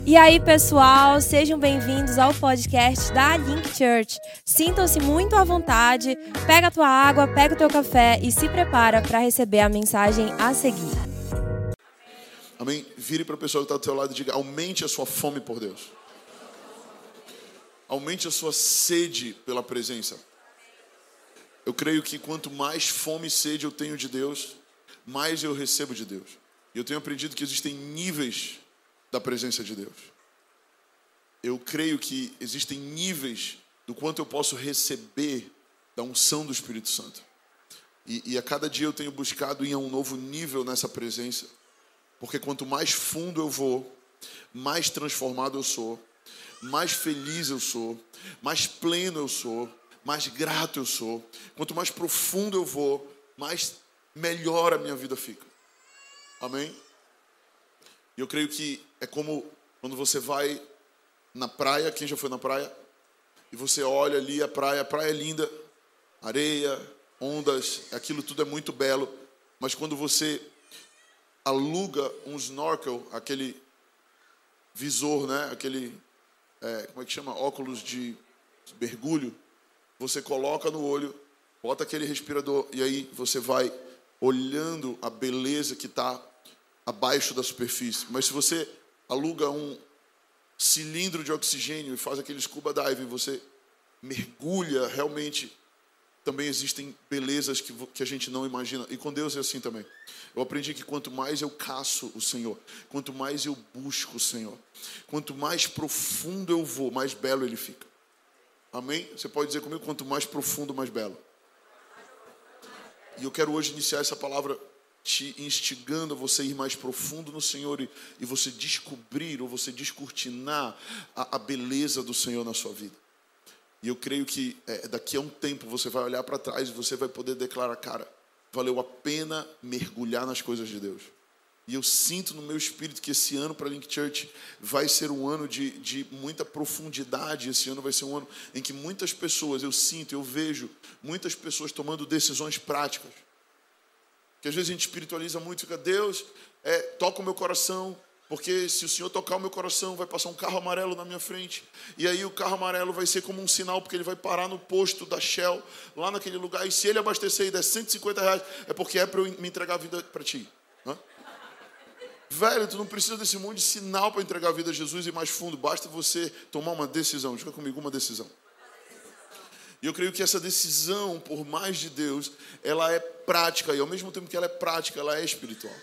E aí, pessoal, sejam bem-vindos ao podcast da Link Church. Sintam-se muito à vontade, pega a tua água, pega o teu café e se prepara para receber a mensagem a seguir. Amém? Vire para a pessoa que está do seu lado e diga: aumente a sua fome por Deus. Aumente a sua sede pela presença. Eu creio que quanto mais fome e sede eu tenho de Deus, mais eu recebo de Deus. E eu tenho aprendido que existem níveis da presença de Deus. Eu creio que existem níveis do quanto eu posso receber da unção do Espírito Santo. E a cada dia eu tenho buscado ir a um novo nível nessa presença. Porque quanto mais fundo eu vou, mais transformado eu sou, mais feliz eu sou, mais pleno eu sou, mais grato eu sou. Quanto mais profundo eu vou, mais melhor a minha vida fica. Amém? E eu creio que é como quando você vai na praia. Quem já foi na praia? E você olha ali a praia é linda, areia, ondas, aquilo tudo é muito belo. Mas quando você aluga um snorkel, aquele visor, né? Aquele, como é que chama? Óculos de mergulho. Você coloca no olho, bota aquele respirador e aí você vai olhando a beleza que está abaixo da superfície. Mas se você aluga um cilindro de oxigênio e faz aquele scuba diving, você mergulha, realmente também existem belezas que a gente não imagina. E com Deus é assim também. Eu aprendi que quanto mais eu caço o Senhor, quanto mais eu busco o Senhor, quanto mais profundo eu vou, mais belo Ele fica. Amém? Você pode dizer comigo: quanto mais profundo, mais belo. E eu quero hoje iniciar essa palavra te instigando a você ir mais profundo no Senhor e você descobrir ou você descortinar a beleza do Senhor na sua vida. E eu creio que daqui a um tempo você vai olhar para trás e você vai poder declarar: cara, valeu a pena mergulhar nas coisas de Deus. E eu sinto no meu espírito que esse ano para a Link Church vai ser um ano de muita profundidade. Esse ano vai ser um ano em que muitas pessoas, eu vejo muitas pessoas tomando decisões práticas. Que às vezes a gente espiritualiza muito e fica: Deus, toca o meu coração, porque se o Senhor tocar o meu coração, vai passar um carro amarelo na minha frente. E aí o carro amarelo vai ser como um sinal, porque ele vai parar no posto da Shell, lá naquele lugar. E se ele abastecer e der R$150, é porque é para eu me entregar a vida para ti. Hã? Velho, tu não precisa desse monte de sinal para entregar a vida a Jesus e mais fundo. Basta você tomar uma decisão. Diga comigo: uma decisão. E eu creio que essa decisão, por mais de Deus, ela é prática. E ao mesmo tempo que ela é prática, ela é espiritual.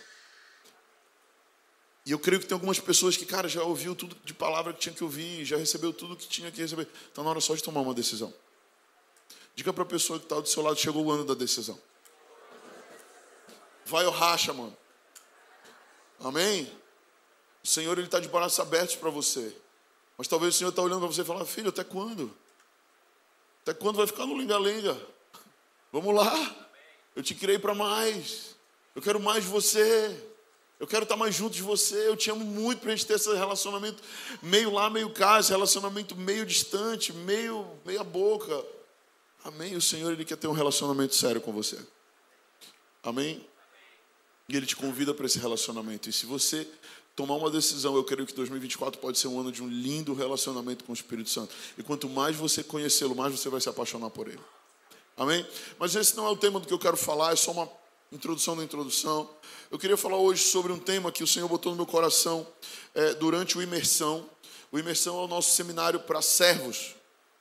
E eu creio que tem algumas pessoas que, cara, já ouviu tudo de palavra que tinha que ouvir, já recebeu tudo que tinha que receber. Então, na hora só de tomar uma decisão. Diga para a pessoa que está do seu lado: chegou o ano da decisão. Vai ou racha, mano. Amém? O Senhor, Ele está de braços abertos para você. Mas talvez o Senhor está olhando para você e falando: filho, até quando? Até quando vai ficar no lenga-lenga? Vamos lá. Eu te criei para mais. Eu quero mais de você. Eu quero estar mais junto de você. Eu te amo muito para a gente ter esse relacionamento meio lá, meio cá. Esse relacionamento meio distante, meia boca. Amém? O Senhor, Ele quer ter um relacionamento sério com você. Amém? E Ele te convida para esse relacionamento. E se você tomar uma decisão, eu creio que 2024 pode ser um ano de um lindo relacionamento com o Espírito Santo. E quanto mais você conhecê-lo, mais você vai se apaixonar por Ele. Amém? Mas esse não é o tema do que eu quero falar, é só uma introdução da introdução. Eu queria falar hoje sobre um tema que o Senhor botou no meu coração durante o Imersão. O Imersão é o nosso seminário para servos.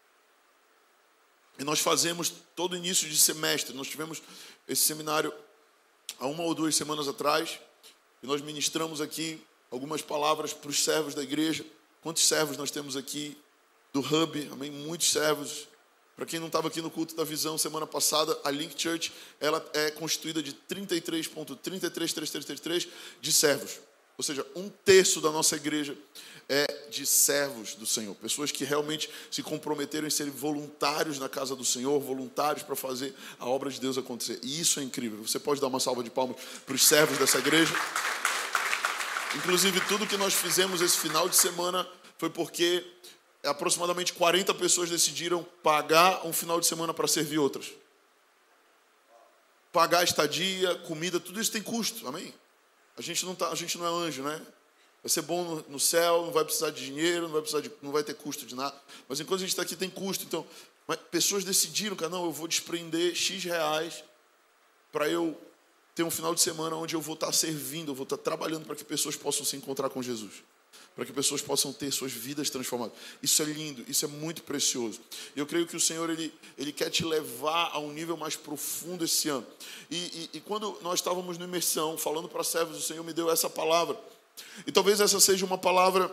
E nós fazemos todo início de semestre. Nós tivemos esse seminário há 1 ou 2 semanas atrás. E nós ministramos aqui algumas palavras para os servos da igreja. Quantos servos nós temos aqui do Hub? Amém? Muitos servos. Para quem não estava aqui no culto da visão semana passada, a Link Church ela é constituída de 33.33333 de servos. Ou seja, 1/3 da nossa igreja é de servos do Senhor. Pessoas que realmente se comprometeram em serem voluntários na casa do Senhor, voluntários para fazer a obra de Deus acontecer. E isso é incrível. Você pode dar uma salva de palmas para os servos dessa igreja? Inclusive, tudo que nós fizemos esse final de semana foi porque aproximadamente 40 pessoas decidiram pagar um final de semana para servir outras. Pagar estadia, comida, tudo isso tem custo, amém? A gente não é anjo, né? Vai ser bom no céu, não vai precisar de dinheiro, não vai ter custo de nada. Mas enquanto a gente está aqui tem custo. Então, mas pessoas decidiram, cara, não, eu vou desprender X reais para eu ter um final de semana onde eu vou estar servindo, eu vou estar trabalhando para que pessoas possam se encontrar com Jesus, para que pessoas possam ter suas vidas transformadas. Isso é lindo, isso é muito precioso. E eu creio que o Senhor, Ele quer te levar a um nível mais profundo esse ano. E quando nós estávamos no Imersão, falando para servos, o Senhor me deu essa palavra. E talvez essa seja uma palavra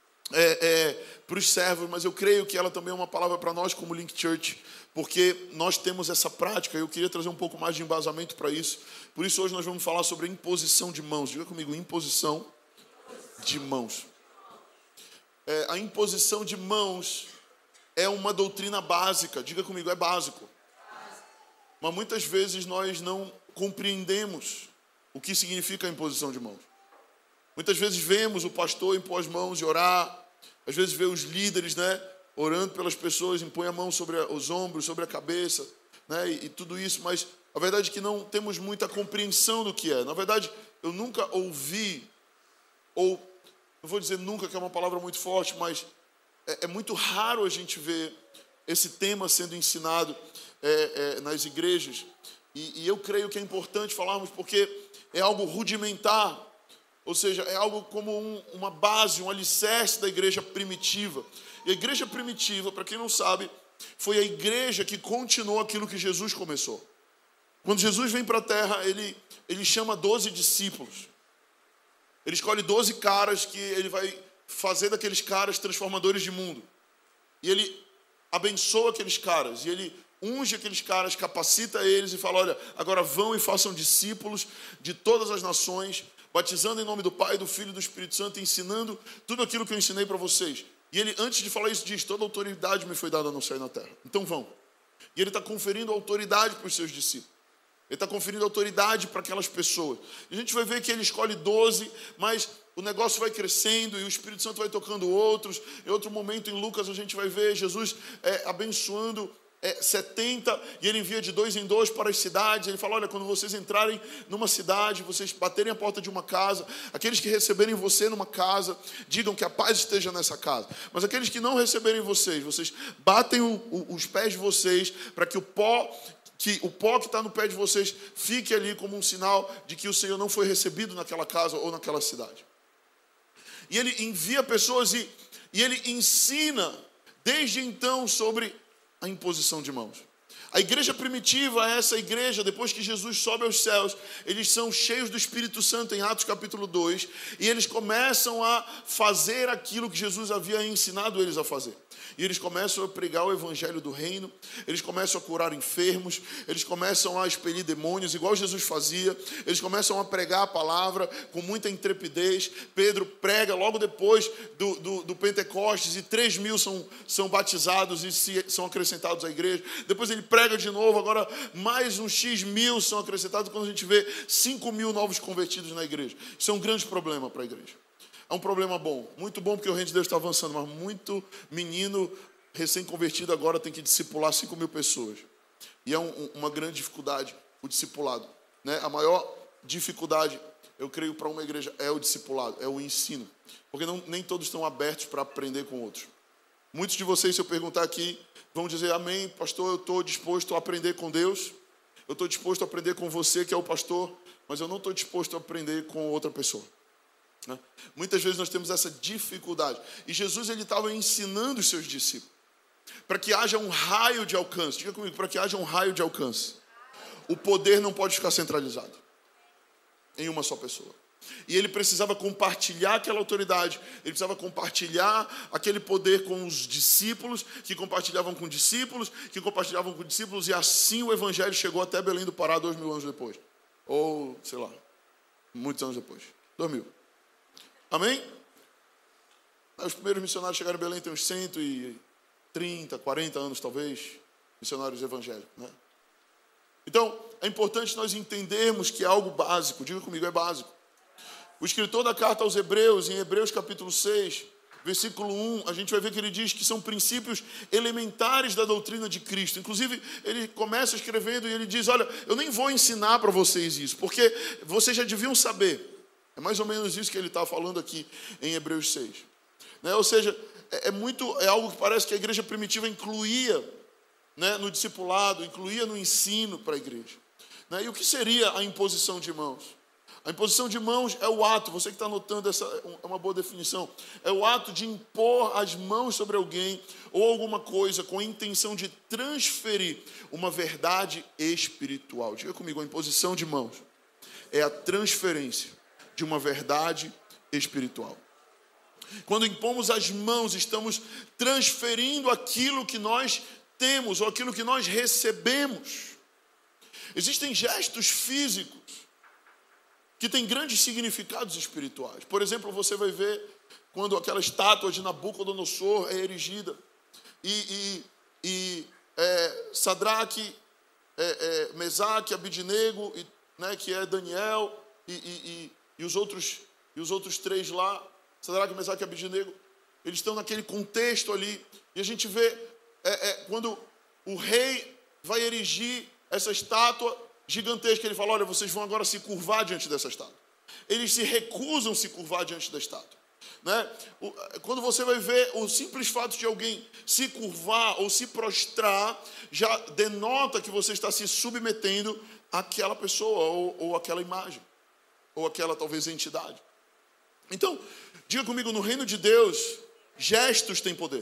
para os servos, mas eu creio que ela também é uma palavra para nós como Link Church, porque nós temos essa prática. Eu queria trazer um pouco mais de embasamento para isso. Por isso hoje nós vamos falar sobre a imposição de mãos. Diga comigo, imposição de mãos. A imposição de mãos é uma doutrina básica. Diga comigo, é básico. Mas muitas vezes nós não compreendemos o que significa a imposição de mãos. Muitas vezes vemos o pastor impor as mãos e orar. Às vezes vê os líderes, né, orando pelas pessoas, impõe a mão sobre os ombros, sobre a cabeça, né, e tudo isso. Mas a verdade é que não temos muita compreensão do que é. Na verdade, eu nunca ouvi, ou não vou dizer nunca, que é uma palavra muito forte, mas é muito raro a gente ver esse tema sendo ensinado nas igrejas. E eu creio que é importante falarmos porque é algo rudimentar. Ou seja, é algo como uma base, um alicerce da igreja primitiva. E a igreja primitiva, para quem não sabe, foi a igreja que continuou aquilo que Jesus começou. Quando Jesus vem para a terra, ele chama 12 discípulos. Ele escolhe 12 caras que ele vai fazer daqueles caras transformadores de mundo. E ele abençoa aqueles caras. E ele unge aqueles caras, capacita eles e fala, olha, agora vão e façam discípulos de todas as nações, batizando em nome do Pai, do Filho e do Espírito Santo, ensinando tudo aquilo que eu ensinei para vocês. E ele, antes de falar isso, diz, toda autoridade me foi dada no céu e na terra. Então vão. E ele está conferindo autoridade para os seus discípulos. Ele está conferindo autoridade para aquelas pessoas. E a gente vai ver que ele escolhe 12, mas o negócio vai crescendo e o Espírito Santo vai tocando outros. Em outro momento, em Lucas, a gente vai ver Jesus abençoando 70, e ele envia de 2 em 2 para as cidades. Ele fala, olha, quando vocês entrarem numa cidade, vocês baterem a porta de uma casa, aqueles que receberem você numa casa, digam que a paz esteja nessa casa. Mas aqueles que não receberem vocês batem os pés de vocês, para que o pó que está no pé de vocês fique ali como um sinal de que o Senhor não foi recebido naquela casa ou naquela cidade. E ele envia pessoas e ele ensina desde então sobre a imposição de mãos. A igreja primitiva é essa igreja, depois que Jesus sobe aos céus, eles são cheios do Espírito Santo em Atos capítulo 2, e eles começam a fazer aquilo que Jesus havia ensinado eles a fazer. E eles começam a pregar o evangelho do reino, eles começam a curar enfermos, eles começam a expelir demônios, igual Jesus fazia, eles começam a pregar a palavra com muita intrepidez. Pedro prega logo depois do Pentecostes, e 3.000 são batizados e são acrescentados à igreja. Depois ele prega de novo, agora mais uns X mil são acrescentados, quando a gente vê 5.000 novos convertidos na igreja. Isso é um grande problema para a igreja. É um problema bom, muito bom, porque o reino de Deus está avançando, mas muito menino recém-convertido agora tem que discipular 5.000 pessoas. E é uma grande dificuldade o discipulado, né? A maior dificuldade, eu creio, para uma igreja é o discipulado, é o ensino. Porque nem todos estão abertos para aprender com outros. Muitos de vocês, se eu perguntar aqui, vão dizer, amém, pastor, eu estou disposto a aprender com Deus, eu estou disposto a aprender com você, que é o pastor, mas eu não estou disposto a aprender com outra pessoa. Muitas vezes nós temos essa dificuldade. E Jesus, ele estava ensinando os seus discípulos para que haja um raio de alcance. Diga comigo, para que haja um raio de alcance. O poder não pode ficar centralizado em uma só pessoa. E ele precisava compartilhar aquela autoridade, ele precisava compartilhar aquele poder com os discípulos, que compartilhavam com discípulos, que compartilhavam com discípulos, e assim o evangelho chegou até Belém do Pará 2.000 anos depois. Ou, sei lá, muitos anos depois. 2.000. Amém? Os primeiros missionários chegaram em Belém tem uns 130, 40 anos talvez, missionários evangélicos, né? Então, é importante nós entendermos que é algo básico. Diga comigo, é básico. O escritor da carta aos Hebreus, em Hebreus capítulo 6, versículo 1, a gente vai ver que ele diz que são princípios elementares da doutrina de Cristo. Inclusive, ele começa escrevendo e ele diz, olha, eu nem vou ensinar para vocês isso, porque vocês já deviam saber. É mais ou menos isso que ele está falando aqui em Hebreus 6. Né? Ou seja, é algo que parece que a igreja primitiva incluía, né, no discipulado, incluía no ensino para a igreja. Né? E o que seria a imposição de mãos? A imposição de mãos é o ato, você que está anotando, essa é uma boa definição, é o ato de impor as mãos sobre alguém ou alguma coisa com a intenção de transferir uma verdade espiritual. Diga comigo, a imposição de mãos é a transferência de uma verdade espiritual. Quando impomos as mãos, estamos transferindo aquilo que nós temos ou aquilo que nós recebemos. Existem gestos físicos que têm grandes significados espirituais. Por exemplo, você vai ver quando aquela estátua de Nabucodonosor é erigida e Sadraque, Mesaque, Abidnego, né, que é Daniel e os outros três lá, Sadraque, Mesaque e Abidnego, eles estão naquele contexto ali, e a gente vê quando o rei vai erigir essa estátua gigantesca, ele fala, olha, vocês vão agora se curvar diante dessa estátua. Eles se recusam a se curvar diante da estátua. Né? Quando você vai ver o simples fato de alguém se curvar ou se prostrar, já denota que você está se submetendo àquela pessoa ou àquela imagem, ou àquela talvez entidade. Então, diga comigo, no reino de Deus, gestos têm poder.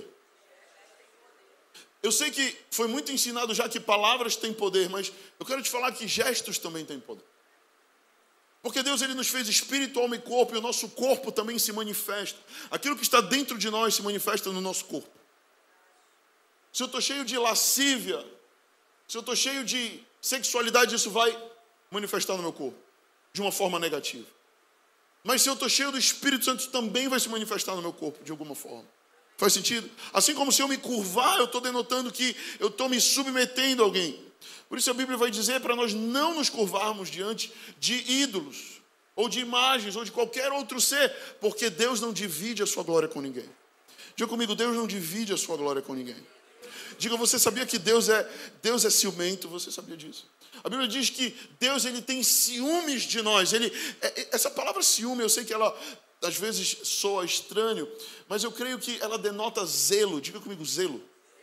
Eu sei que foi muito ensinado já que palavras têm poder, mas eu quero te falar que gestos também têm poder. Porque Deus, ele nos fez espírito, alma e corpo, e o nosso corpo também se manifesta. Aquilo que está dentro de nós se manifesta no nosso corpo. Se eu estou cheio de lascívia, se eu estou cheio de sexualidade, isso vai manifestar no meu corpo, de uma forma negativa. Mas se eu estou cheio do Espírito Santo, isso também vai se manifestar no meu corpo, de alguma forma. Faz sentido? Assim como se eu me curvar, eu estou denotando que eu estou me submetendo a alguém. Por isso a Bíblia vai dizer para nós não nos curvarmos diante de ídolos, ou de imagens, ou de qualquer outro ser, porque Deus não divide a sua glória com ninguém. Diga comigo, Deus não divide a sua glória com ninguém. Diga, você sabia que Deus é ciumento? Você sabia disso? A Bíblia diz que Deus, ele tem ciúmes de nós. Essa palavra ciúme, eu sei que ela às vezes soa estranho, mas eu creio que ela denota zelo. Diga comigo, zelo.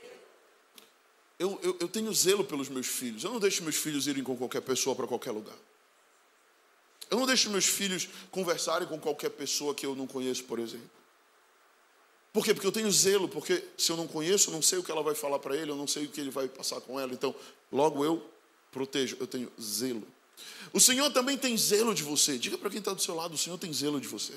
Eu tenho zelo pelos meus filhos. Eu não deixo meus filhos irem com qualquer pessoa para qualquer lugar. Eu não deixo meus filhos conversarem com qualquer pessoa que eu não conheço, por exemplo. Por quê? Porque eu tenho zelo, porque se eu não conheço, eu não sei o que ela vai falar para ele, eu não sei o que ele vai passar com ela, então logo eu protejo, eu tenho zelo. O Senhor também tem zelo de você. Diga para quem está do seu lado, o Senhor tem zelo de você.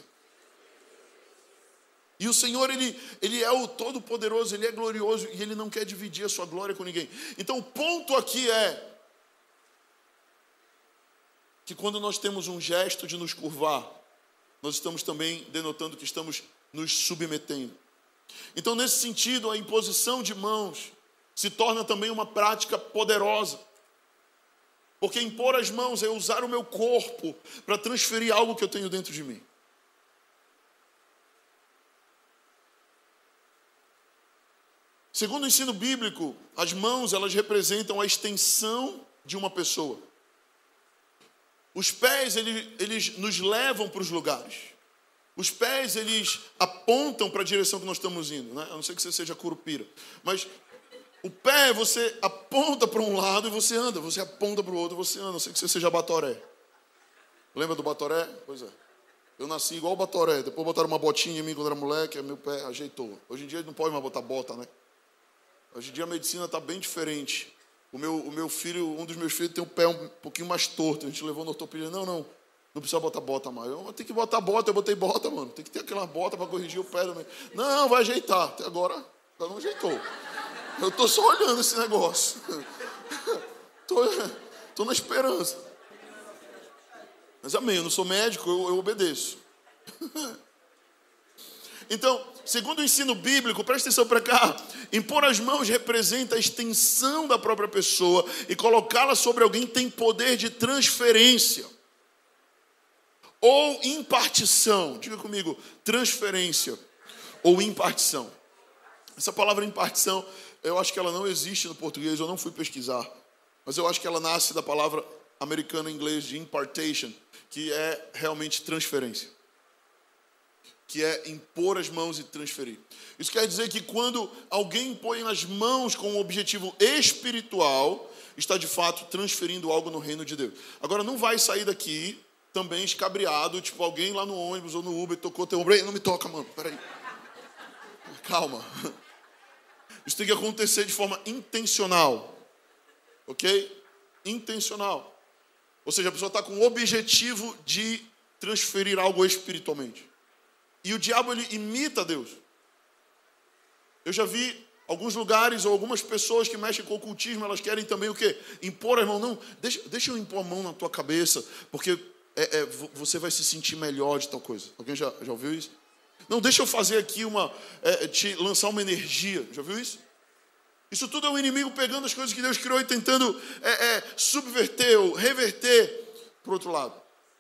E o Senhor, ele é o Todo-Poderoso, ele é glorioso e ele não quer dividir a sua glória com ninguém. Então o ponto aqui é que quando nós temos um gesto de nos curvar, nós estamos também denotando que estamos nos submetendo. Então, nesse sentido, a imposição de mãos se torna também uma prática poderosa. Porque impor as mãos é usar o meu corpo para transferir algo que eu tenho dentro de mim. Segundo o ensino bíblico, as mãos, elas representam a extensão de uma pessoa. Os pés, eles nos levam para os lugares. Os pés, eles apontam para a direção que nós estamos indo, né? A não ser que você seja curupira. Mas o pé, você aponta para um lado e você anda. Você aponta para o outro e você anda. A não ser que você seja Batoré. Lembra do Batoré? Pois é. Eu nasci igual o Batoré. Depois botaram uma botinha em mim quando era moleque, aí meu pé ajeitou. Hoje em dia não pode mais botar bota, né? Hoje em dia a medicina está bem diferente. O meu filho, um dos meus filhos tem o pé um pouquinho mais torto. A gente levou na ortopedia. Não precisa botar bota mais. Eu tenho que botar bota, eu botei bota, mano. Tem que ter aquela bota para corrigir o pé também. Não, vai ajeitar. Até agora não ajeitou. Eu estou só olhando esse negócio. Estou na esperança. Mas amém, eu não sou médico, eu obedeço. Então, segundo o ensino bíblico, presta atenção para cá, impor as mãos representa a extensão da própria pessoa e colocá-la sobre alguém tem poder de transferência ou impartição. Diga comigo, transferência ou impartição. Essa palavra impartição, eu acho que ela não existe no português, eu não fui pesquisar, mas eu acho que ela nasce da palavra americana em inglês de impartation, que é realmente transferência, que é impor as mãos e transferir. Isso quer dizer que quando alguém põe as mãos com um objetivo espiritual, está de fato transferindo algo no reino de Deus. Agora, não vai sair daqui também escabriado, tipo alguém lá no ônibus ou no Uber tocou teu ombro. Ei, não me toca, mano, peraí. Calma. Isso tem que acontecer de forma intencional, ok? Intencional. Ou seja, a pessoa está com o objetivo de transferir algo espiritualmente. E o diabo, ele imita Deus. Eu já vi alguns lugares ou algumas pessoas que mexem com o ocultismo, elas querem também o quê? Impor as mãos. Não, deixa eu impor a mão na tua cabeça, porque você vai se sentir melhor de tal coisa. Alguém já ouviu isso? Não, deixa eu fazer aqui te lançar uma energia. Já viu isso? Isso tudo é o inimigo pegando as coisas que Deus criou e tentando subverter ou reverter para o outro lado.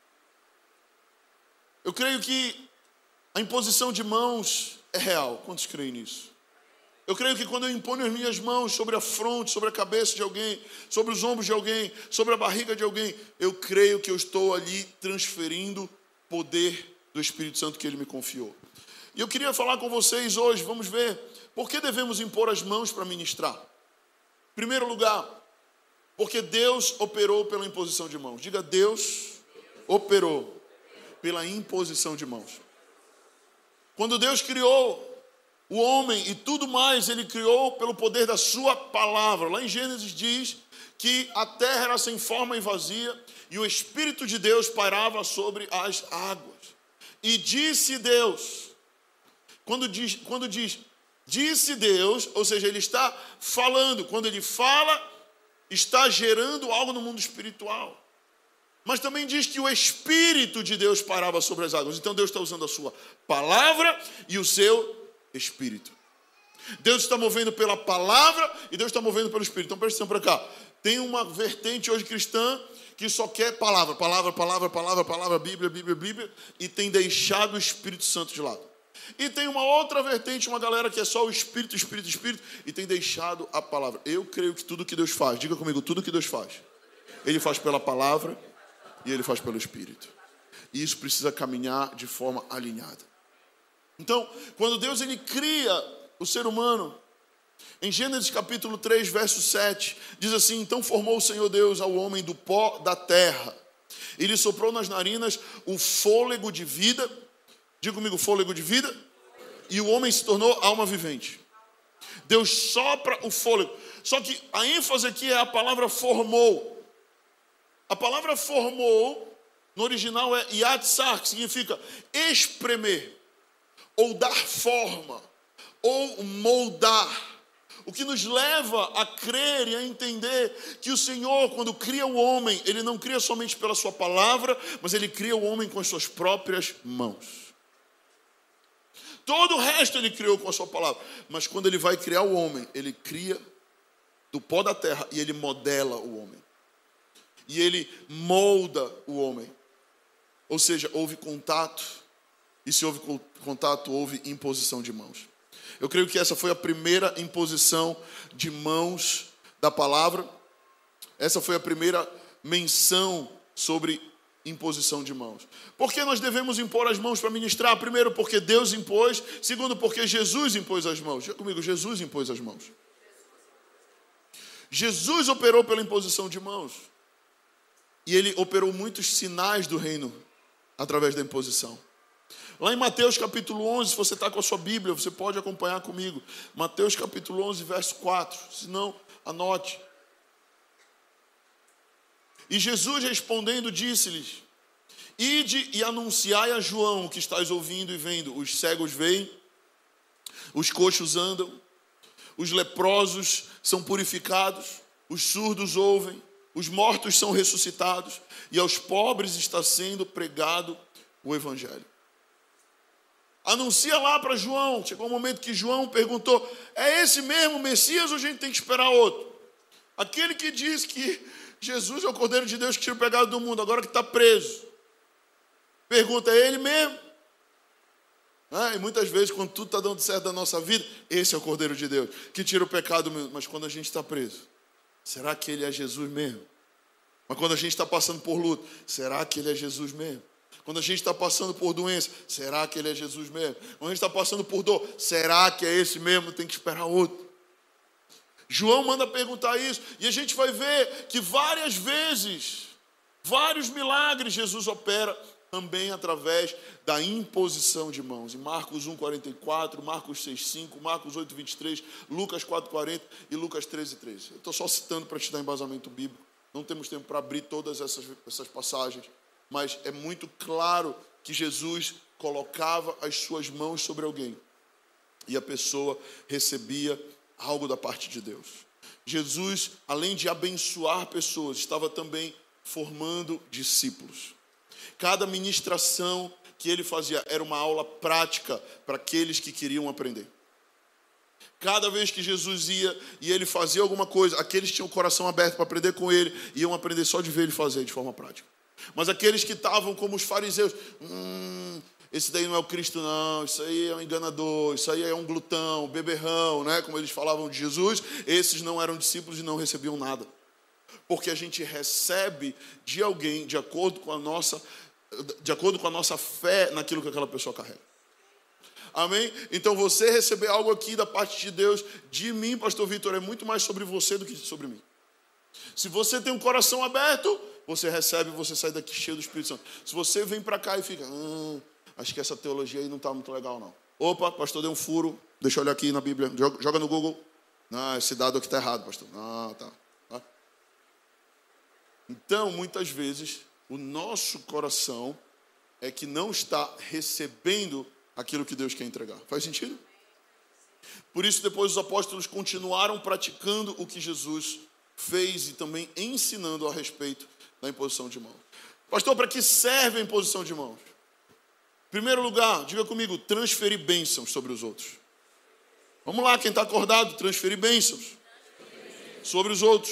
Eu creio que a imposição de mãos é real. Quantos creem nisso? Eu creio que quando eu imponho as minhas mãos sobre a fronte, sobre a cabeça de alguém, sobre os ombros de alguém, sobre a barriga de alguém, eu creio que eu estou ali transferindo poder do Espírito Santo que Ele me confiou. E eu queria falar com vocês hoje, vamos ver, por que devemos impor as mãos para ministrar? Em primeiro lugar, porque Deus operou pela imposição de mãos. Diga, Deus operou pela imposição de mãos. Quando Deus criou o homem e tudo mais, Ele criou pelo poder da sua palavra. Lá em Gênesis diz que a terra era sem forma e vazia e o Espírito de Deus pairava sobre as águas. E disse Deus, quando diz disse Deus, ou seja, Ele está falando. Quando Ele fala, está gerando algo no mundo espiritual. Mas também diz que o Espírito de Deus parava sobre as águas. Então Deus está usando a sua palavra e o seu Espírito. Deus está movendo pela palavra e Deus está movendo pelo Espírito. Então presta atenção para cá. Tem uma vertente hoje cristã que só quer palavra, Bíblia, e tem deixado o Espírito Santo de lado. E tem uma outra vertente, uma galera que é só o Espírito, e tem deixado a palavra. Eu creio que tudo que Deus faz, diga comigo, tudo que Deus faz, Ele faz pela palavra e Ele faz pelo Espírito. E isso precisa caminhar de forma alinhada. Então, quando Deus ele cria o ser humano, em Gênesis capítulo 3, verso 7, diz assim: então formou o Senhor Deus ao homem do pó da terra, e lhe soprou nas narinas o fôlego de vida, diga comigo, fôlego de vida, e o homem se tornou alma vivente. Deus sopra o fôlego, só que a ênfase aqui é a palavra formou. A palavra formou, no original é yatsar, que significa espremer, ou dar forma, ou moldar. O que nos leva a crer e a entender que o Senhor, quando cria o homem, Ele não cria somente pela sua palavra, mas Ele cria o homem com as suas próprias mãos. Todo o resto Ele criou com a sua palavra. Mas quando Ele vai criar o homem, Ele cria do pó da terra e Ele modela o homem. E Ele molda o homem. Ou seja, houve contato. E se houve contato, houve imposição de mãos. Eu creio que essa foi a primeira imposição de mãos da palavra. Essa foi a primeira menção sobre imposição de mãos. Por que nós devemos impor as mãos para ministrar? Primeiro, porque Deus impôs. Segundo, porque Jesus impôs as mãos. Diga comigo, Jesus impôs as mãos. Jesus operou pela imposição de mãos. E Ele operou muitos sinais do reino através da imposição. Lá em Mateus capítulo 11, se você está com a sua Bíblia, você pode acompanhar comigo. Mateus capítulo 11, verso 4. Se não, anote. E Jesus respondendo disse-lhes: ide e anunciai a João o que estáis ouvindo e vendo. Os cegos veem, os coxos andam, os leprosos são purificados, os surdos ouvem, os mortos são ressuscitados, e aos pobres está sendo pregado o Evangelho. Anuncia lá para João. Chegou um momento que João perguntou: é esse mesmo Messias ou a gente tem que esperar outro? Aquele que diz que Jesus é o Cordeiro de Deus que tira o pecado do mundo, agora que está preso. Pergunta, é ele mesmo? E muitas vezes, quando tudo está dando certo na nossa vida, esse é o Cordeiro de Deus, que tira o pecado do mundo. Mas quando a gente está preso, será que ele é Jesus mesmo? Mas quando a gente está passando por luto, será que ele é Jesus mesmo? Quando a gente está passando por doença, será que ele é Jesus mesmo? Quando a gente está passando por dor, será que é esse mesmo? Tem que esperar outro. João manda perguntar isso, e a gente vai ver que várias vezes, vários milagres Jesus opera também através da imposição de mãos. Em Marcos 1,44, Marcos 6,5, Marcos 8,23, Lucas 4,40 e Lucas 13,13. Eu estou só citando para te dar embasamento bíblico. Não temos tempo para abrir todas essas passagens, mas é muito claro que Jesus colocava as suas mãos sobre alguém e a pessoa recebia algo da parte de Deus. Jesus, além de abençoar pessoas, estava também formando discípulos. Cada ministração que ele fazia era uma aula prática para aqueles que queriam aprender. Cada vez que Jesus ia e ele fazia alguma coisa, aqueles que tinham o coração aberto para aprender com ele, iam aprender só de ver ele fazer de forma prática. Mas aqueles que estavam como os fariseus, esse daí não é o Cristo não, isso aí é um enganador, isso aí é um glutão, beberrão, né? Como eles falavam de Jesus, esses não eram discípulos e não recebiam nada. Porque a gente recebe de alguém de acordo com a nossa fé naquilo que aquela pessoa carrega. Amém? Então você receber algo aqui da parte de Deus, de mim, pastor Vitor, é muito mais sobre você do que sobre mim. Se você tem um coração aberto, você recebe, você sai daqui cheio do Espírito Santo. Se você vem para cá e fica, acho que essa teologia aí não está muito legal não. Opa, pastor, deu um furo, deixa eu olhar aqui na Bíblia, joga no Google. Não, esse dado aqui está errado, pastor. Não, tá. Então, muitas vezes, o nosso coração é que não está recebendo aquilo que Deus quer entregar. Faz sentido? Por isso, depois os apóstolos continuaram praticando o que Jesus fez e também ensinando a respeito da imposição de mãos. Pastor, para que serve a imposição de mãos? Em primeiro lugar, diga comigo, transferir bênçãos sobre os outros. Vamos lá, quem está acordado, transferir bênçãos sobre os outros.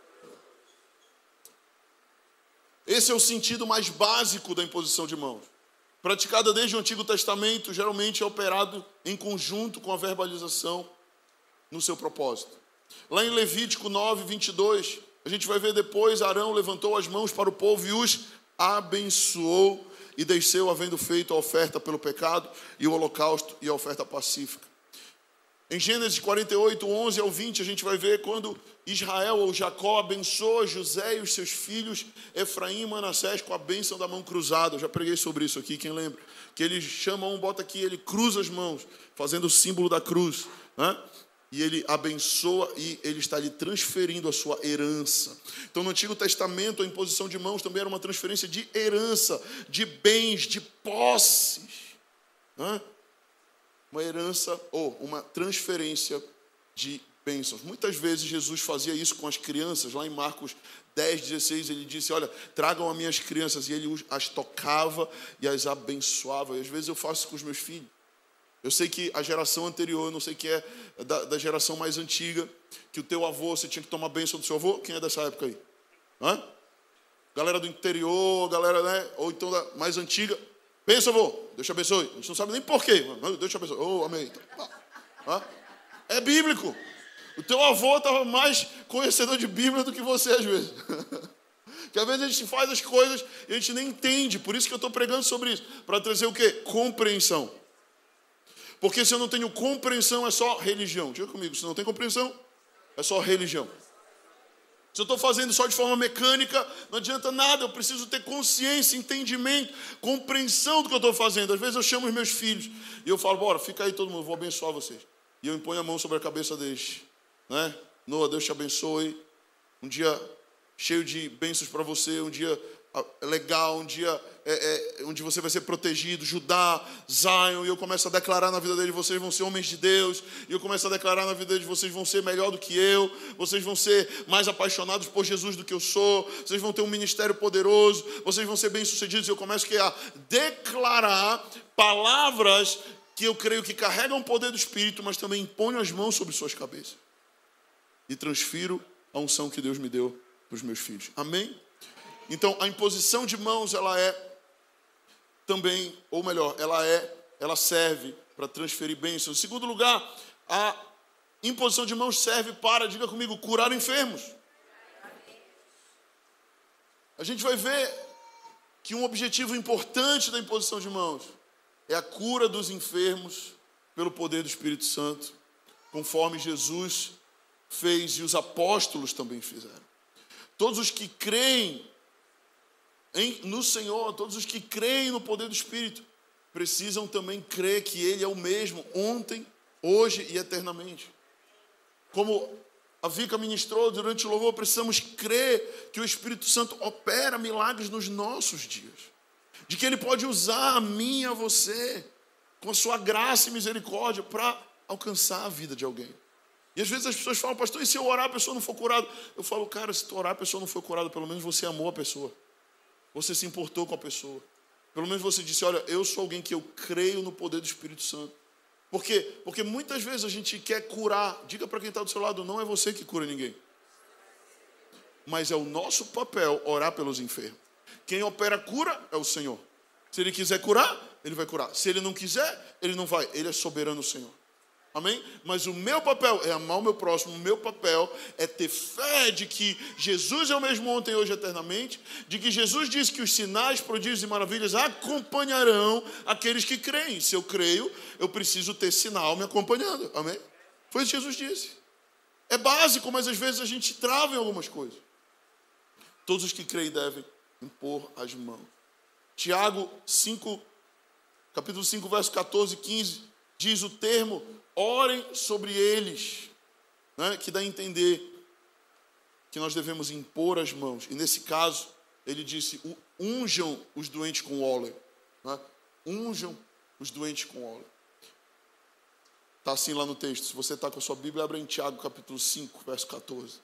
Esse é o sentido mais básico da imposição de mãos. Praticada desde o Antigo Testamento, geralmente é operado em conjunto com a verbalização no seu propósito. Lá em Levítico 9:22, a gente vai ver depois, Arão levantou as mãos para o povo e os abençoou e desceu, havendo feito a oferta pelo pecado e o holocausto e a oferta pacífica. Em Gênesis 48, 11 ao 20, a gente vai ver quando Israel ou Jacó abençoa José e os seus filhos, Efraim e Manassés, com a bênção da mão cruzada. Eu já preguei sobre isso aqui, quem lembra? Que ele chama um, bota aqui, ele cruza as mãos, fazendo o símbolo da cruz, né? E ele abençoa e ele está ali transferindo a sua herança. Então, no Antigo Testamento, a imposição de mãos também era uma transferência de herança, de bens, de posses, né? Uma herança ou uma transferência de bênçãos. Muitas vezes Jesus fazia isso com as crianças. Lá em Marcos 10:16 ele disse, olha, tragam as minhas crianças. E ele as tocava e as abençoava. E às vezes eu faço isso com os meus filhos. Eu sei que a geração anterior, não sei que é da geração mais antiga, que o teu avô, você tinha que tomar bênção do seu avô. Quem é dessa época aí? Hã? Galera do interior, galera, né? Ou então da mais antiga. Benção, avô, Deus te abençoe. A gente não sabe nem porquê, mas Deus te abençoe. Oh, amém. É bíblico. O teu avô estava mais conhecedor de Bíblia do que você, às vezes. Que às vezes a gente faz as coisas e a gente nem entende. Por isso que eu estou pregando sobre isso. Para trazer o quê? Compreensão. Porque se eu não tenho compreensão, é só religião. Diga comigo, se não tem compreensão, é só religião. Se eu estou fazendo só de forma mecânica, não adianta nada. Eu preciso ter consciência, entendimento, compreensão do que eu estou fazendo. Às vezes eu chamo os meus filhos e eu falo, bora, fica aí todo mundo, vou abençoar vocês. E eu imponho a mão sobre a cabeça deles. Né? Noah, Deus te abençoe. Um dia cheio de bênçãos para você, um dia legal, um dia onde você vai ser protegido, Judá, Zion, e eu começo a declarar na vida deles, vocês vão ser homens de Deus, e eu começo a declarar na vida deles, vocês vão ser melhor do que eu, vocês vão ser mais apaixonados por Jesus do que eu sou, vocês vão ter um ministério poderoso, vocês vão ser bem-sucedidos, e eu começo a declarar palavras que eu creio que carregam o poder do Espírito, mas também imponho as mãos sobre suas cabeças, e transfiro a unção que Deus me deu para os meus filhos. Amém? Então, a imposição de mãos, ela é também, ou melhor, ela serve para transferir bênçãos. Em segundo lugar, a imposição de mãos serve para, diga comigo, curar enfermos. a gente vai ver que um objetivo importante da imposição de mãos é a cura dos enfermos pelo poder do Espírito Santo, conforme Jesus fez e os apóstolos também fizeram. Todos os que creem no Senhor, todos os que creem no poder do Espírito, precisam também crer que Ele é o mesmo ontem, hoje e eternamente. Como a Vika ministrou durante o louvor, precisamos crer que o Espírito Santo opera milagres nos nossos dias. De que Ele pode usar a mim e a você, com a sua graça e misericórdia, para alcançar a vida de alguém. E às vezes as pessoas falam, pastor, e se eu orar a pessoa não for curada? Eu falo, cara, se tu orar a pessoa não for curada, pelo menos você amou a pessoa. Você se importou com a pessoa. Pelo menos você disse, olha, eu sou alguém que eu creio no poder do Espírito Santo. Por quê? Porque muitas vezes a gente quer curar. Diga para quem está do seu lado, não é você que cura ninguém. Mas é o nosso papel orar pelos enfermos. Quem opera a cura é o Senhor. Se Ele quiser curar, Ele vai curar. Se Ele não quiser, Ele não vai. Ele é soberano, Senhor. Amém? Mas o meu papel é amar o meu próximo. O meu papel é ter fé de que Jesus é o mesmo ontem, hoje e eternamente. De que Jesus disse que os sinais, prodígios e maravilhas acompanharão aqueles que creem. Se eu creio, eu preciso ter sinal me acompanhando. Amém? Foi isso que Jesus disse. É básico, mas às vezes a gente trava em algumas coisas. Todos os que creem devem impor as mãos. Tiago 5, capítulo 5, verso 14 e 15, diz o termo, orem sobre eles, né, que dá a entender que nós devemos impor as mãos. E nesse caso, ele disse, unjam os doentes com óleo. Né? Unjam os doentes com óleo. Está assim lá no texto. Se você está com a sua Bíblia, abre em Tiago capítulo 5, verso 14.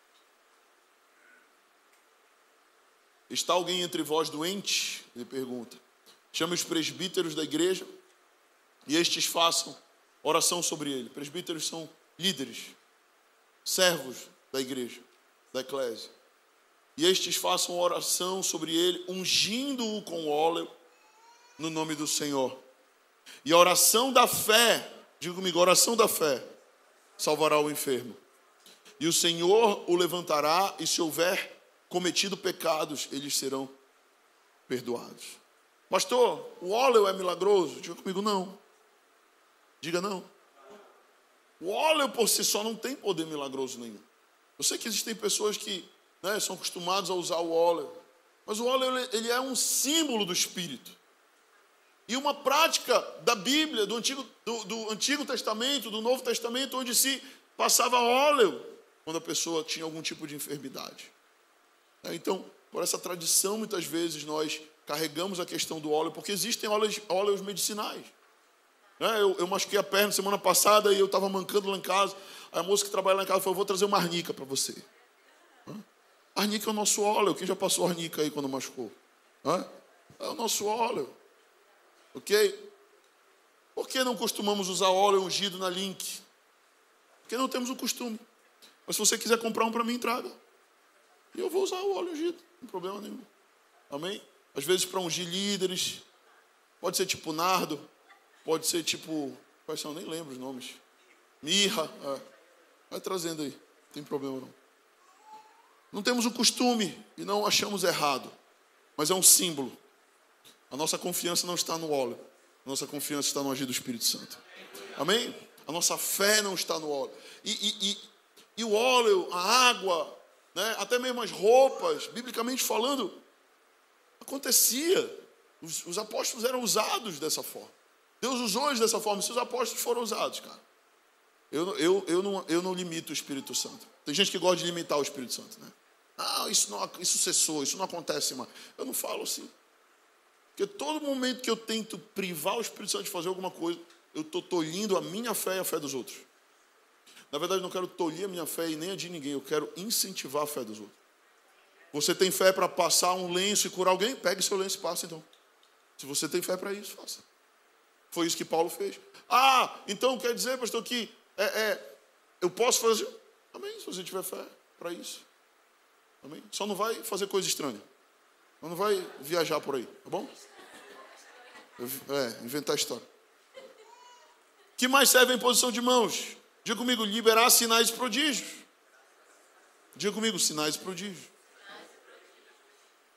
Está alguém entre vós doente? Ele pergunta. Chame os presbíteros da igreja e estes façam oração sobre ele. Presbíteros são líderes, servos da igreja, da eclésia. E estes façam oração sobre ele, ungindo-o com óleo no nome do Senhor. E a oração da fé, diga comigo, a oração da fé salvará o enfermo. E o Senhor o levantará, e se houver cometido pecados, eles serão perdoados. Pastor, o óleo é milagroso? Diga comigo, não. Diga não. O óleo por si só não tem poder milagroso nenhum. Eu sei que existem pessoas que, né, são acostumadas a usar o óleo, mas o óleo ele é um símbolo do Espírito. E uma prática da Bíblia, do Antigo Testamento, do Novo Testamento, onde se passava óleo quando a pessoa tinha algum tipo de enfermidade. Então, por essa tradição, muitas vezes nós carregamos a questão do óleo, porque existem óleos medicinais. Eu machuquei a perna semana passada e eu estava mancando lá em casa. Aí a moça que trabalha lá em casa falou, vou trazer uma arnica para você. Arnica é o nosso óleo. Quem já passou arnica aí quando machucou? É o nosso óleo. Ok? Por que não costumamos usar óleo ungido na Link? Porque não temos o costume. Mas se você quiser comprar um para mim, traga. E eu vou usar o óleo ungido, não tem problema nenhum. Amém? Às vezes para ungir líderes, pode ser tipo nardo, pode ser tipo, quais são? Nem lembro os nomes. Mirra, vai trazendo aí, não tem problema não. Não temos o costume e não achamos errado, mas é um símbolo. A nossa confiança não está no óleo, a nossa confiança está no agir do Espírito Santo. Amém? A nossa fé não está no óleo. E o óleo, a água, né, até mesmo as roupas, biblicamente falando, acontecia. Os apóstolos eram usados dessa forma. Deus usou eles dessa forma. Se os apóstolos foram usados, cara, eu não limito o Espírito Santo. Tem gente que gosta de limitar o Espírito Santo, né? Isso cessou, isso não acontece mais. Eu não falo assim. Porque todo momento que eu tento privar o Espírito Santo de fazer alguma coisa, eu estou tolhindo a minha fé e a fé dos outros. Na verdade, eu não quero tolir a minha fé e nem a de ninguém. Eu quero incentivar a fé dos outros. Você tem fé para passar um lenço e curar alguém? Pegue seu lenço e passe, então. Se você tem fé para isso, faça. Foi isso que Paulo fez. Então quer dizer, pastor, que eu posso fazer? Amém, se você tiver fé para isso. Amém? Só não vai fazer coisa estranha. Não vai viajar por aí, tá bom? Inventar história. O que mais serve a imposição de mãos? Diga comigo, liberar sinais e prodígios. Diga comigo, sinais e prodígios.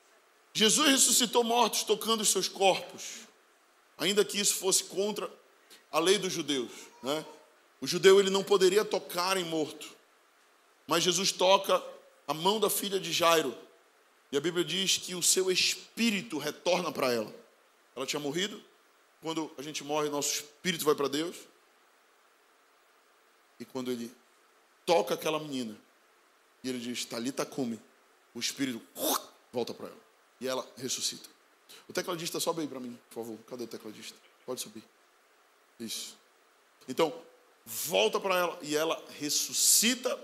Jesus ressuscitou mortos tocando os seus corpos, ainda que isso fosse contra a lei dos judeus, né? O judeu ele não poderia tocar em morto, mas Jesus toca a mão da filha de Jairo, e a Bíblia diz que o seu espírito retorna para ela. Ela tinha morrido. Quando a gente morre, nosso espírito vai para Deus. E quando ele toca aquela menina, e ele diz, Talita cumi, o espírito volta para ela. E ela ressuscita. O tecladista, sobe aí para mim, por favor. Cadê o tecladista? Pode subir. Isso. Então, volta para ela e ela ressuscita.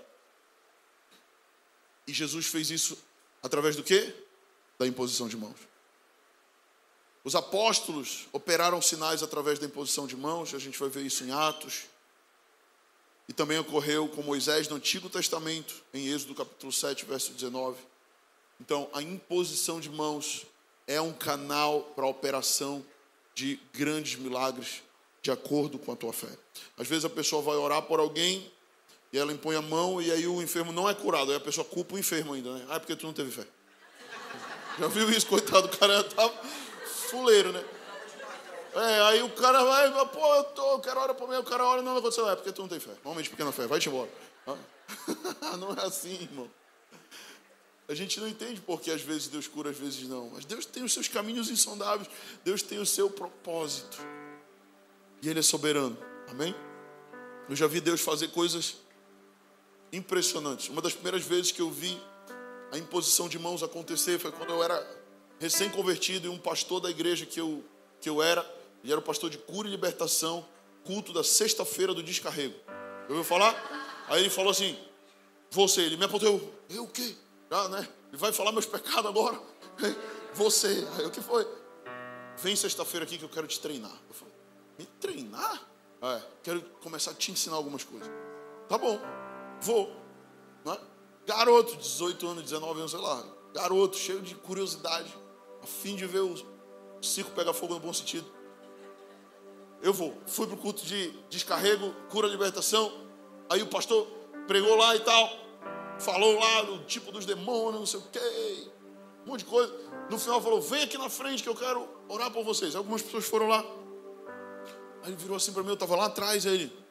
E Jesus fez isso através do quê? Da imposição de mãos. Os apóstolos operaram sinais através da imposição de mãos. A gente vai ver isso em Atos. E também ocorreu com Moisés no Antigo Testamento, em Êxodo capítulo 7, verso 19. Então, a imposição de mãos é um canal para a operação de grandes milagres, de acordo com a tua fé. Às vezes a pessoa vai orar por alguém, e ela impõe a mão, e aí o enfermo não é curado. Aí a pessoa culpa o enfermo ainda, né? Ah, é porque tu não teve fé. Já viu isso? Coitado, o cara tá fuleiro, né? Aí o cara vai, pô, eu quero orar por mim, o cara ora, não aconteceu. É porque tu não tem fé. Normalmente pequena fé, vai-te embora. Não é assim, irmão. A gente não entende porque às vezes Deus cura, às vezes não. Mas Deus tem os seus caminhos insondáveis. Deus tem o seu propósito. E Ele é soberano. Amém? Eu já vi Deus fazer coisas impressionantes. Uma das primeiras vezes que eu vi a imposição de mãos acontecer foi quando eu era recém-convertido e um pastor da igreja que eu era, ele era o pastor de cura e libertação, culto da sexta-feira do descarrego. Ouviu falar? Aí ele falou assim, você, ele me apontou, eu o quê? Ah, né? Ele vai falar meus pecados agora? Você. Aí o que foi? Vem sexta-feira aqui que eu quero te treinar. Eu falei, me treinar? Quero começar a te ensinar algumas coisas. Tá bom, vou. Né? Garoto, 18 anos, 19 anos, sei lá. Garoto, cheio de curiosidade, a fim de ver o circo pegar fogo no bom sentido. Eu vou. Fui pro culto de descarrego, cura, libertação. Aí o pastor pregou lá e tal. Falou lá do tipo dos demônios, não sei o quê. Um monte de coisa. No final falou, vem aqui na frente que eu quero orar por vocês. Algumas pessoas foram lá. Aí ele virou assim para mim, eu estava lá atrás, aí ele.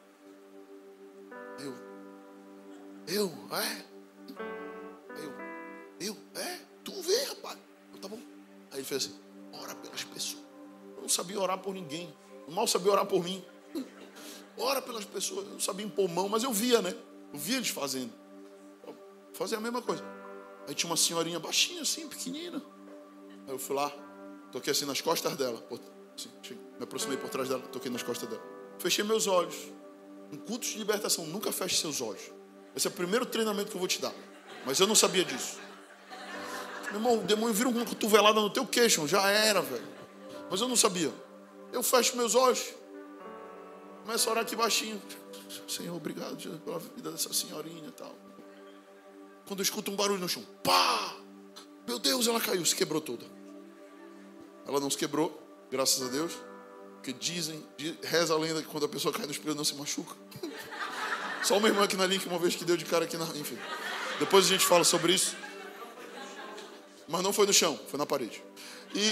Tu vê, rapaz. Tá bom. Aí ele fez assim, ora pelas pessoas. Eu não sabia orar por ninguém. Eu mal sabia orar por mim. Ora pelas pessoas. Eu não sabia impor mão, mas eu via, né? Eu via eles fazendo. Fazia a mesma coisa. Aí tinha uma senhorinha baixinha assim, pequenina. Aí eu fui lá, toquei assim nas costas dela. Assim, me aproximei por trás dela, toquei nas costas dela. Fechei meus olhos. Em cultos de libertação, nunca feche seus olhos. Esse é o primeiro treinamento que eu vou te dar. Mas eu não sabia disso. Meu irmão, o demônio vira uma cotovelada no teu queixo. Já era, velho. Mas eu não sabia. Eu fecho meus olhos. Começo a orar aqui baixinho. Senhor, obrigado pela vida dessa senhorinha e tal. Quando eu escuto um barulho no chão. Pá! Meu Deus, ela caiu, se quebrou toda. Ela não se quebrou, graças a Deus. Porque reza a lenda que quando a pessoa cai no espelho não se machuca. Só uma irmã aqui na Link, uma vez que deu de cara aqui na... Enfim. Depois a gente fala sobre isso. Mas não foi no chão, foi na parede. E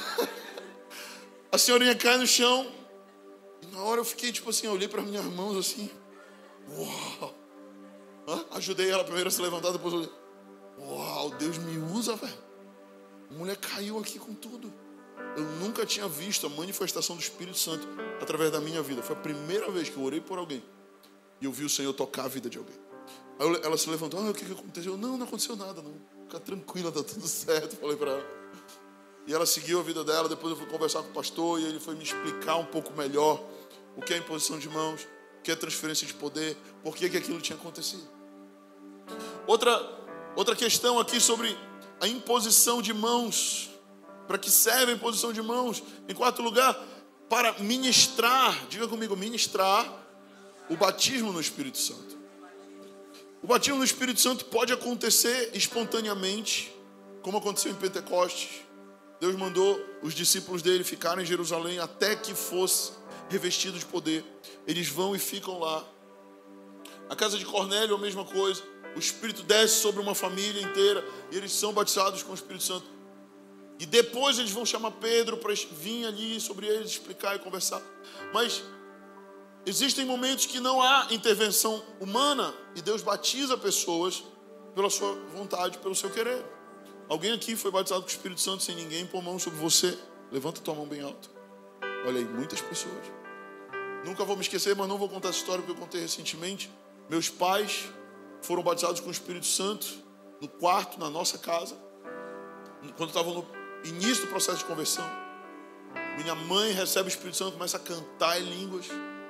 a senhorinha cai no chão. E na hora eu fiquei tipo assim, eu olhei para minhas mãos assim. Uau! Ajudei ela primeiro a se levantar, depois eu olhei. Uau, Deus me usa, velho. A mulher caiu aqui com tudo. Eu nunca tinha visto a manifestação do Espírito Santo através da minha vida. Foi a primeira vez que eu orei por alguém e eu vi o Senhor tocar a vida de alguém. Aí ela se levantou, o que aconteceu? Não aconteceu nada, não. Fica tranquila, tá tudo certo, falei para ela. E ela seguiu a vida dela, depois eu fui conversar com o pastor e ele foi me explicar um pouco melhor o que é imposição de mãos, o que é transferência de poder, por que aquilo tinha acontecido. Outra questão aqui sobre a imposição de mãos. Para que serve a imposição de mãos? Em quarto lugar, para ministrar, diga comigo, ministrar o batismo no Espírito Santo. O batismo no Espírito Santo pode acontecer espontaneamente, como aconteceu em Pentecostes. Deus mandou os discípulos dele ficarem em Jerusalém até que fosse revestido de poder. Eles vão e ficam lá. A casa de Cornélio, a mesma coisa. O Espírito desce sobre uma família inteira e eles são batizados com o Espírito Santo. E depois eles vão chamar Pedro para vir ali sobre eles, explicar e conversar. Mas existem momentos que não há intervenção humana e Deus batiza pessoas pela sua vontade, pelo seu querer. Alguém aqui foi batizado com o Espírito Santo sem ninguém pôr mão sobre você? Levanta tua mão bem alta. Olha aí, muitas pessoas. Nunca vou me esquecer, mas não vou contar essa história porque eu contei recentemente. Meus pais foram batizados com o Espírito Santo no quarto, na nossa casa, quando estavam no início do processo de conversão. Minha mãe recebe o Espírito Santo, começa a cantar em línguas.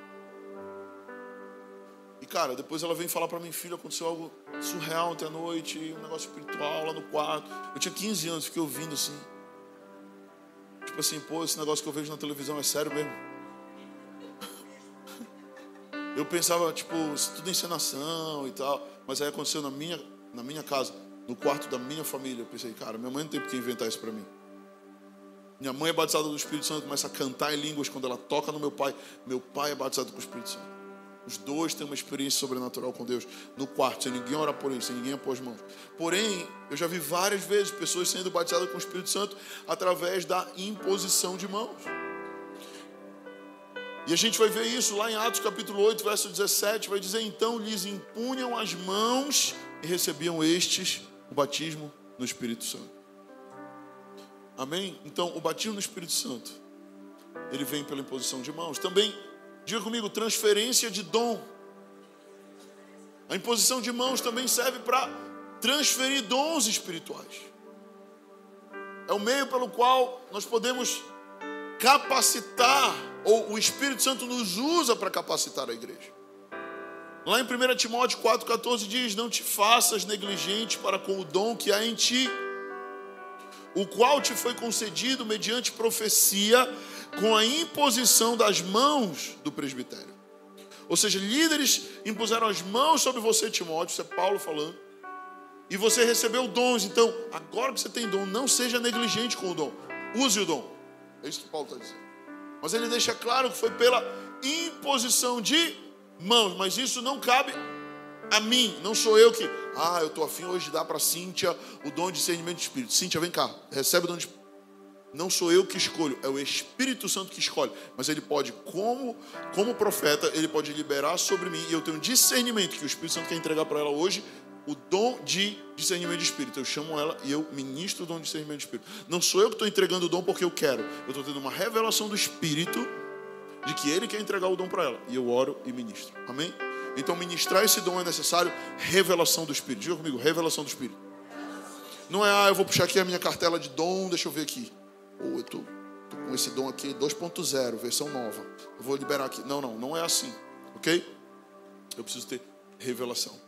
E cara, depois ela vem falar para mim, filho, aconteceu algo surreal ontem à noite, um negócio espiritual lá no quarto. Eu tinha 15 anos, fiquei ouvindo assim. Tipo assim, pô, esse negócio que eu vejo na televisão é sério mesmo? Eu pensava, tipo, isso tudo é encenação e tal. Mas aí aconteceu na minha casa, no quarto da minha família. Eu pensei, cara, minha mãe não tem por que inventar isso para mim. Minha mãe é batizada do Espírito Santo, começa a cantar em línguas quando ela toca no meu pai. Meu pai é batizado com o Espírito Santo. Os dois têm uma experiência sobrenatural com Deus no quarto, sem ninguém orar por eles, sem ninguém pôr as mãos. Porém, eu já vi várias vezes pessoas sendo batizadas com o Espírito Santo através da imposição de mãos. E a gente vai ver isso lá em Atos capítulo 8, verso 17, vai dizer, então lhes impunham as mãos e recebiam estes o batismo no Espírito Santo. Amém? Então, o batismo no Espírito Santo, ele vem pela imposição de mãos. Também, diga comigo, transferência de dom. A imposição de mãos também serve para transferir dons espirituais. É o meio pelo qual nós podemos capacitar, ou o Espírito Santo nos usa para capacitar a igreja. Lá em 1 Timóteo 4,14 diz, não te faças negligente para com o dom que há em ti, o qual te foi concedido mediante profecia, com a imposição das mãos do presbitério. Ou seja, líderes impuseram as mãos sobre você, Timóteo, isso é Paulo falando, e você recebeu dons. Então, agora que você tem dom, não seja negligente com o dom, use o dom. É isso que Paulo está dizendo. Mas ele deixa claro que foi pela imposição de mãos, mas isso não cabe a mim, não sou eu que, eu estou afim hoje de dar para Cíntia o dom de discernimento de espírito. Cíntia, vem cá, recebe o dom de... Não sou eu que escolho, é o Espírito Santo que escolhe. Mas ele pode, como profeta, ele pode liberar sobre mim, e eu tenho discernimento, que o Espírito Santo quer entregar para ela hoje, o dom de discernimento de espírito. Eu chamo ela e eu ministro o dom de discernimento de espírito. Não sou eu que estou entregando o dom porque eu quero. Eu estou tendo uma revelação do Espírito de que ele quer entregar o dom para ela. E eu oro e ministro. Amém? Então ministrar esse dom é necessário revelação do Espírito. Diga comigo, revelação do Espírito. Não é, eu vou puxar aqui a minha cartela de dom, deixa eu ver aqui. Eu estou com esse dom aqui 2.0, versão nova. Eu vou liberar aqui. Não é assim. Ok? Eu preciso ter revelação.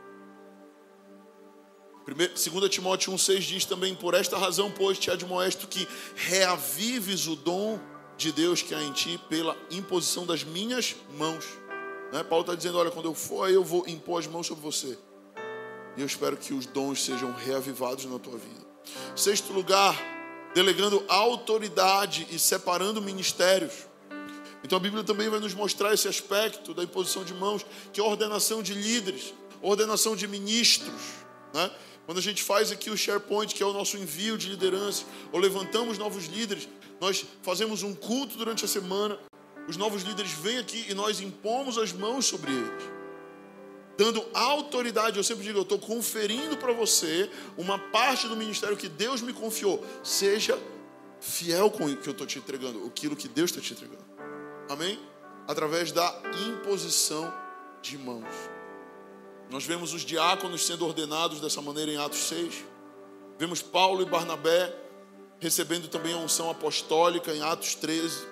2 Timóteo 1,6 diz também, por esta razão, pois, te admoesto que reavives o dom de Deus que há em ti pela imposição das minhas mãos. Paulo está dizendo, olha, quando eu for aí eu vou impor as mãos sobre você. E eu espero que os dons sejam reavivados na tua vida. 6º lugar, delegando autoridade e separando ministérios. Então a Bíblia também vai nos mostrar esse aspecto da imposição de mãos, que é a ordenação de líderes, ordenação de ministros, né? Quando a gente faz aqui o SharePoint, que é o nosso envio de liderança, ou levantamos novos líderes, nós fazemos um culto durante a semana, os novos líderes vêm aqui e nós impomos as mãos sobre eles, dando autoridade. Eu sempre digo, eu estou conferindo para você uma parte do ministério que Deus me confiou. Seja fiel com o que eu estou te entregando, aquilo que Deus está te entregando. Amém? Através da imposição de mãos. Nós vemos os diáconos sendo ordenados dessa maneira em Atos 6. Vemos Paulo e Barnabé recebendo também a unção apostólica em Atos 13.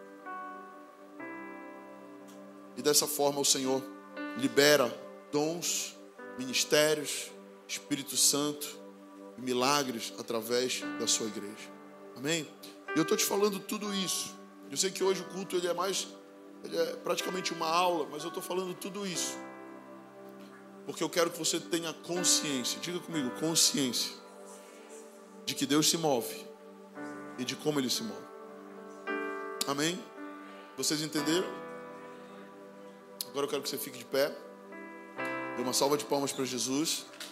E dessa forma o Senhor libera dons, ministérios, Espírito Santo e milagres através da sua igreja. Amém? E eu estou te falando tudo isso. Eu sei que hoje o culto ele é praticamente uma aula, mas eu estou falando tudo isso porque eu quero que você tenha consciência, diga comigo, consciência de que Deus se move e de como Ele se move. Amém? Vocês entenderam? Agora eu quero que você fique de pé. Dê uma salva de palmas para Jesus.